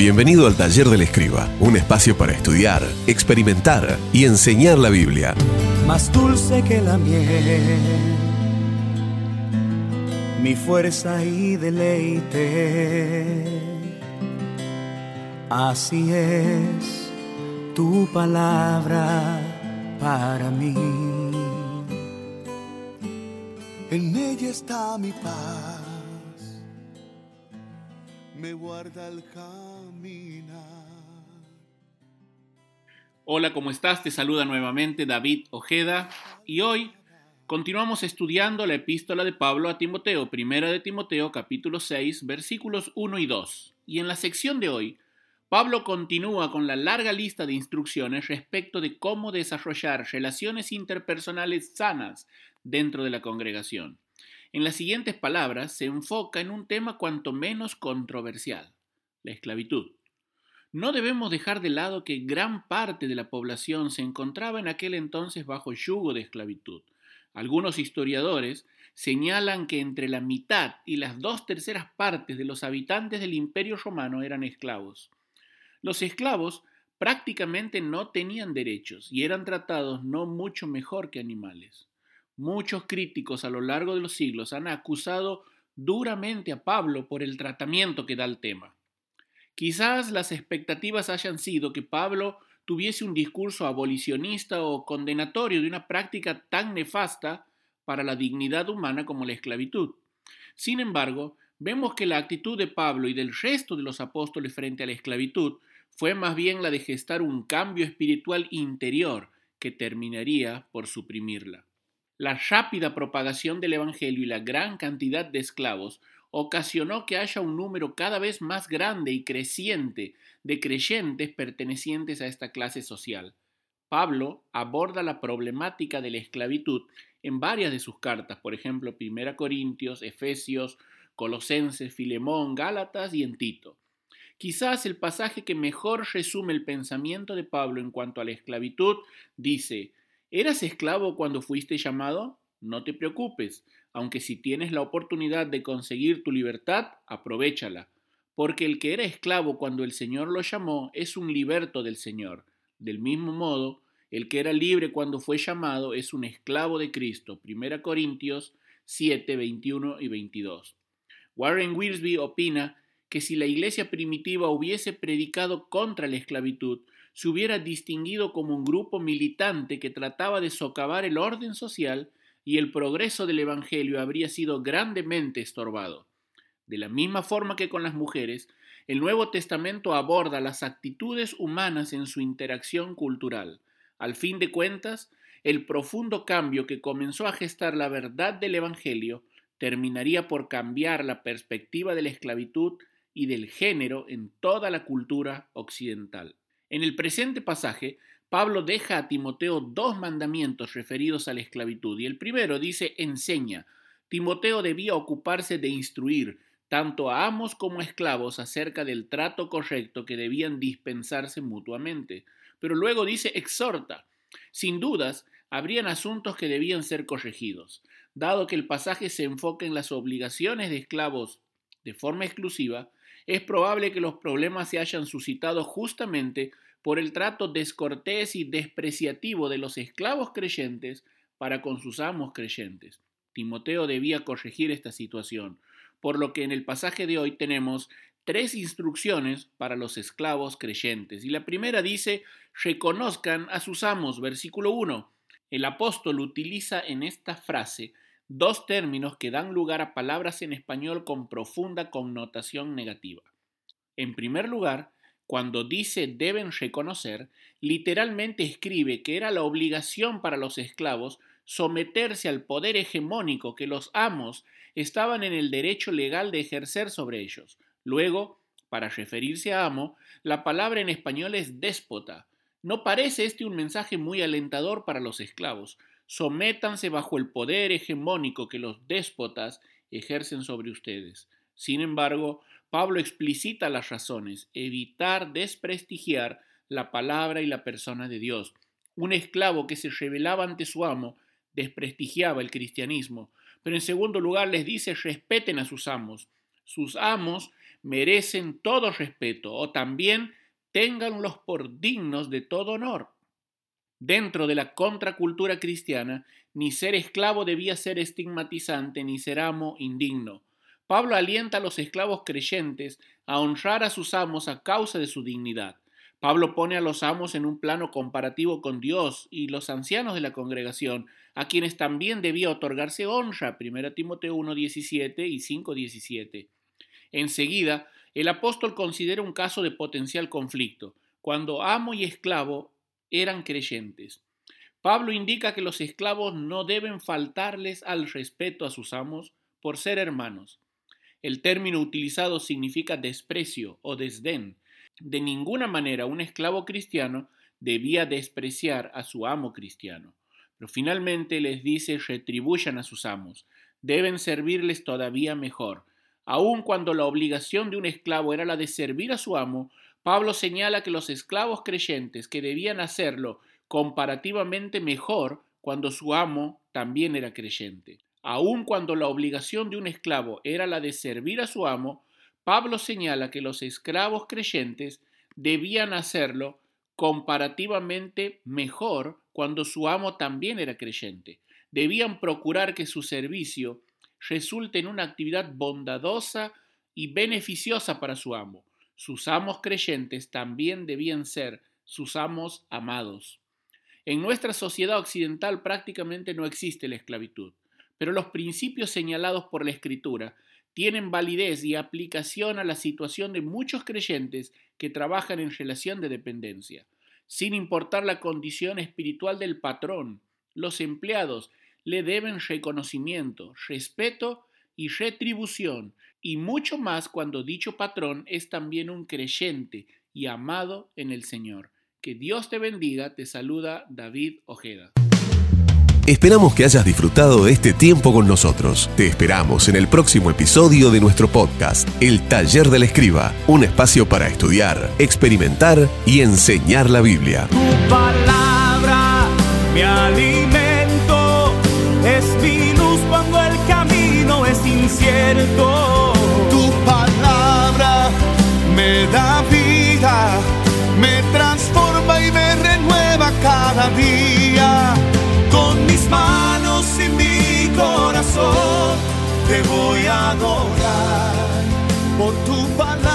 Bienvenido al Taller del Escriba, un espacio para estudiar, experimentar y enseñar la Biblia. Más dulce que la miel, mi fuerza y deleite. Así es tu palabra para mí. En ella está mi paz, me guarda al caminar. Hola, ¿cómo estás? Te saluda nuevamente David Ojeda y hoy continuamos estudiando la epístola de Pablo a Timoteo, primera de Timoteo, capítulo 6, versículos 1 y 2. Y en la sección de hoy, Pablo continúa con la larga lista de instrucciones respecto de cómo desarrollar relaciones interpersonales sanas dentro de la congregación. En las siguientes palabras se enfoca en un tema cuanto menos controversial: la esclavitud. No debemos dejar de lado que gran parte de la población se encontraba en aquel entonces bajo yugo de esclavitud. Algunos historiadores señalan que entre la mitad y las 2/3 partes de los habitantes del Imperio Romano eran esclavos. Los esclavos prácticamente no tenían derechos y eran tratados no mucho mejor que animales. Muchos críticos a lo largo de los siglos han acusado duramente a Pablo por el tratamiento que da al tema. Quizás las expectativas hayan sido que Pablo tuviese un discurso abolicionista o condenatorio de una práctica tan nefasta para la dignidad humana como la esclavitud. Sin embargo, vemos que la actitud de Pablo y del resto de los apóstoles frente a la esclavitud fue más bien la de gestar un cambio espiritual interior que terminaría por suprimirla. La rápida propagación del Evangelio y la gran cantidad de esclavos ocasionó que haya un número cada vez más grande y creciente de creyentes pertenecientes a esta clase social. Pablo aborda la problemática de la esclavitud en varias de sus cartas, por ejemplo, 1 Corintios, Efesios, Colosenses, Filemón, Gálatas y en Tito. Quizás el pasaje que mejor resume el pensamiento de Pablo en cuanto a la esclavitud dice: ¿eras esclavo cuando fuiste llamado? No te preocupes, aunque si tienes la oportunidad de conseguir tu libertad, aprovéchala, porque el que era esclavo cuando el Señor lo llamó es un liberto del Señor. Del mismo modo, el que era libre cuando fue llamado es un esclavo de Cristo. 1 Corintios 7, 21 y 22. Warren Wiersbe opina que si la iglesia primitiva hubiese predicado contra la esclavitud, se hubiera distinguido como un grupo militante que trataba de socavar el orden social y el progreso del evangelio habría sido grandemente estorbado. De la misma forma que con las mujeres, el Nuevo Testamento aborda las actitudes humanas en su interacción cultural. Al fin de cuentas, el profundo cambio que comenzó a gestar la verdad del evangelio terminaría por cambiar la perspectiva de la esclavitud y del género en toda la cultura occidental. En el presente pasaje, Pablo deja a Timoteo 2 mandamientos referidos a la esclavitud, y el primero dice: enseña. Timoteo debía ocuparse de instruir tanto a amos como a esclavos acerca del trato correcto que debían dispensarse mutuamente. Pero luego dice: exhorta. Sin dudas, habrían asuntos que debían ser corregidos. Dado que el pasaje se enfoca en las obligaciones de esclavos de forma exclusiva, es probable que los problemas se hayan suscitado justamente por el trato descortés y despreciativo de los esclavos creyentes para con sus amos creyentes. Timoteo debía corregir esta situación, por lo que en el pasaje de hoy tenemos 3 instrucciones para los esclavos creyentes. Y la primera dice: reconozcan a sus amos, versículo 1. El apóstol utiliza en esta frase 2 términos que dan lugar a palabras en español con profunda connotación negativa. En primer lugar, cuando dice deben reconocer, literalmente escribe que era la obligación para los esclavos someterse al poder hegemónico que los amos estaban en el derecho legal de ejercer sobre ellos. Luego, para referirse a amo, la palabra en español es déspota. ¿No parece este un mensaje muy alentador para los esclavos? Sométanse bajo el poder hegemónico que los déspotas ejercen sobre ustedes. Sin embargo, Pablo explicita las razones: evitar desprestigiar la palabra y la persona de Dios. Un esclavo que se rebelaba ante su amo desprestigiaba el cristianismo. Pero en segundo lugar les dice: respeten a sus amos. Sus amos merecen todo respeto o también ténganlos por dignos de todo honor. Dentro de la contracultura cristiana, ni ser esclavo debía ser estigmatizante ni ser amo indigno. Pablo alienta a los esclavos creyentes a honrar a sus amos a causa de su dignidad. Pablo pone a los amos en un plano comparativo con Dios y los ancianos de la congregación, a quienes también debía otorgarse honra, 1 Timoteo 1:17 y 5:17. Enseguida, el apóstol considera un caso de potencial conflicto, cuando amo y esclavo eran creyentes. Pablo indica que los esclavos no deben faltarles al respeto a sus amos por ser hermanos. El término utilizado significa desprecio o desdén. De ninguna manera un esclavo cristiano debía despreciar a su amo cristiano. Pero finalmente les dice: retribuyan a sus amos, deben servirles todavía mejor. Aun cuando la obligación de un esclavo era la de servir a su amo, Pablo señala que los esclavos creyentes que debían hacerlo comparativamente mejor cuando su amo también era creyente. Aun cuando la obligación de un esclavo era la de servir a su amo, Pablo señala que los esclavos creyentes debían hacerlo comparativamente mejor cuando su amo también era creyente. Debían procurar que su servicio resulte en una actividad bondadosa y beneficiosa para su amo. Sus amos creyentes también debían ser sus amos amados. En nuestra sociedad occidental prácticamente no existe la esclavitud, pero los principios señalados por la Escritura tienen validez y aplicación a la situación de muchos creyentes que trabajan en relación de dependencia. Sin importar la condición espiritual del patrón, los empleados le deben reconocimiento, respeto y retribución, y mucho más cuando dicho patrón es también un creyente y amado en el Señor. Que Dios te bendiga, te saluda David Ojeda. Esperamos que hayas disfrutado de este tiempo con nosotros. Te esperamos en el próximo episodio de nuestro podcast, El Taller del Escriba, un espacio para estudiar, experimentar y enseñar la Biblia. Tu palabra, mi alimento, es mi luz cuando el camino es incierto. Tu palabra me da vida, me transforma y me renueva cada día. Con mis manos y mi corazón te voy a adorar por tu palabra.